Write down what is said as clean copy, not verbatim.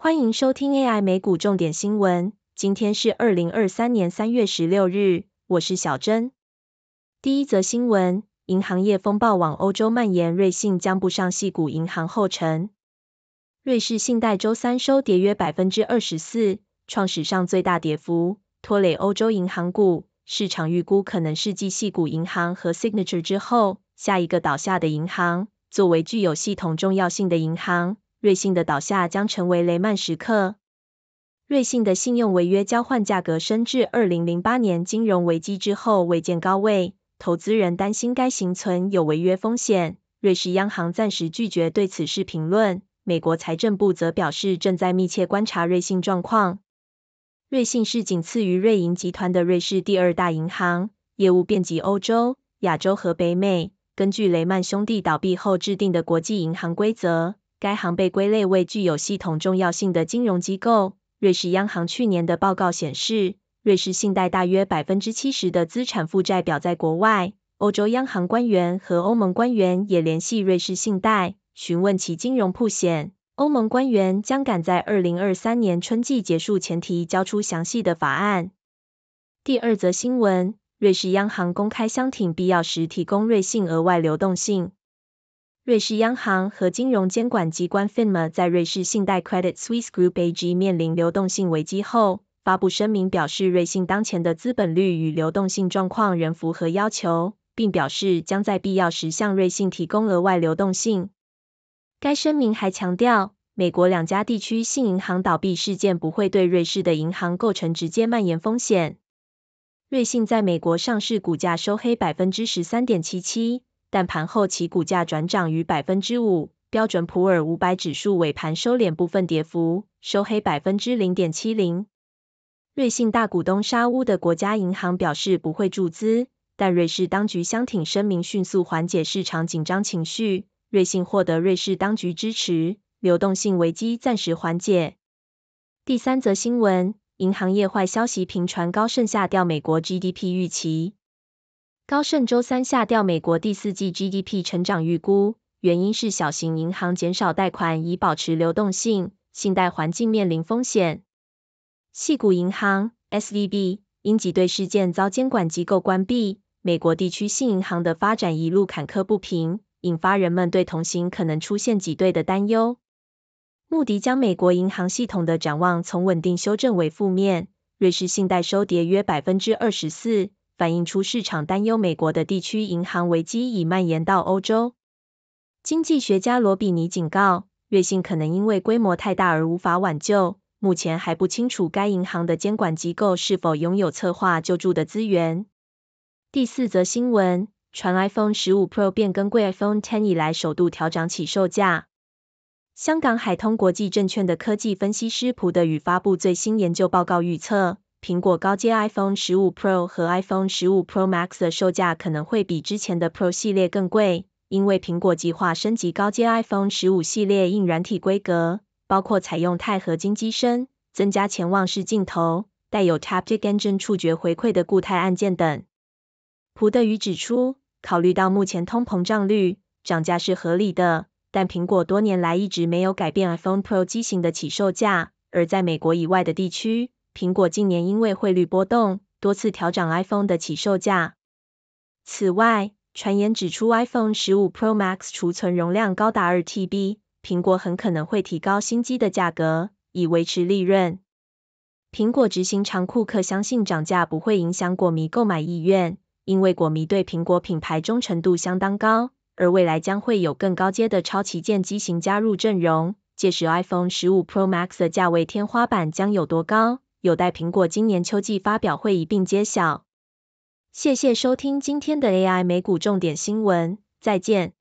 欢迎收听 AI 美股重点新闻，今天是2023年3月16日，我是小珍。第一则新闻，银行业风暴往欧洲蔓延，瑞信将步上矽谷银行后尘。瑞士信贷周三收跌约 24%， 创史上最大跌幅，拖累欧洲银行股，市场预估可能是继矽谷银行和 Signature 之后，下一个倒下的银行。作为具有系统重要性的银行，瑞信的倒下将成为雷曼时刻。瑞信的信用违约交换价格升至2008年金融危机之后未见高位，投资人担心该行存有违约风险。瑞士央行暂时拒绝对此事评论，美国财政部则表示正在密切观察瑞信状况。瑞信是仅次于瑞银集团的瑞士第二大银行，业务遍及欧洲、亚洲和北美。根据雷曼兄弟倒闭后制定的国际银行规则，该行被归类为具有系统重要性的金融机构。瑞士央行去年的报告显示，瑞士信贷大约 70% 的资产负债表在国外。欧洲央行官员和欧盟官员也联系瑞士信贷，询问其金融曝险。欧盟官员将赶在2023年春季结束前提交出详细的法案。第二则新闻，瑞士央行公开相挺必要时提供瑞信额外流动性。瑞士央行和金融监管机关 FINMA 在瑞士信贷 Credit Suisse Group AG 面临流动性危机后，发布声明表示瑞信当前的资本率与流动性状况仍符合要求，并表示将在必要时向瑞信提供额外流动性。该声明还强调，美国两家地区性银行倒闭事件不会对瑞士的银行构成直接蔓延风险。瑞信在美国上市股价收黑 13.77%， 但盘后其股价转涨逾 5%， 标准普尔500指数尾盘收敛部分跌幅，收黑 0.70%。瑞信大股东沙乌的国家银行表示不会注资，但瑞士当局相挺声明迅速缓解市场紧张情绪，瑞信获得瑞士当局支持，流动性危机暂时缓解。第三则新闻，银行业坏消息频传，高盛下调美国 GDP 预期。高盛周三下调美国第四季 GDP 成长预估，原因是小型银行减少贷款以保持流动性，信贷环境面临风险。矽谷银行 SVB 因挤兑事件遭监管机构关闭，美国地区性银行的发展一路坎坷不平，引发人们对同行可能出现挤兑的担忧。穆迪将美国银行系统的展望从稳定修正为负面，瑞士信贷收跌约 24%， 反映出市场担忧美国的地区银行危机已蔓延到欧洲。经济学家罗比尼警告，瑞信可能因为规模太大而无法挽救，目前还不清楚该银行的监管机构是否拥有策划救助的资源。第四则新闻，传 iPhone 15 Pro 变更贵 iPhone X 以来首度调涨起售价。香港海通国际证券的科技分析师蒲德宇发布最新研究报告预测，苹果高阶 iPhone 15 Pro 和 iPhone 15 Pro Max 的售价可能会比之前的 Pro 系列更贵，因为苹果计划升级高阶 iPhone 15系列硬软体规格，包括采用钛合金机身、增加潜望式镜头、带有 Taptic Engine 触觉回馈的固态按键等。蒲德宇指出，考虑到目前通膨胀率，涨价是合理的，但苹果多年来一直没有改变 iPhone Pro 机型的起售价，而在美国以外的地区，苹果近年因为汇率波动，多次调涨 iPhone 的起售价。此外，传言指出 iPhone 15 Pro Max 储存容量高达 2TB， 苹果很可能会提高新机的价格，以维持利润。苹果执行长库克相信涨价不会影响果迷购买意愿，因为果迷对苹果品牌忠诚度相当高，而未来将会有更高阶的超旗舰机型加入阵容，届时 iPhone 15 Pro Max 的价位天花板将有多高，有待苹果今年秋季发表会一并揭晓。谢谢收听今天的 AI 美股重点新闻，再见。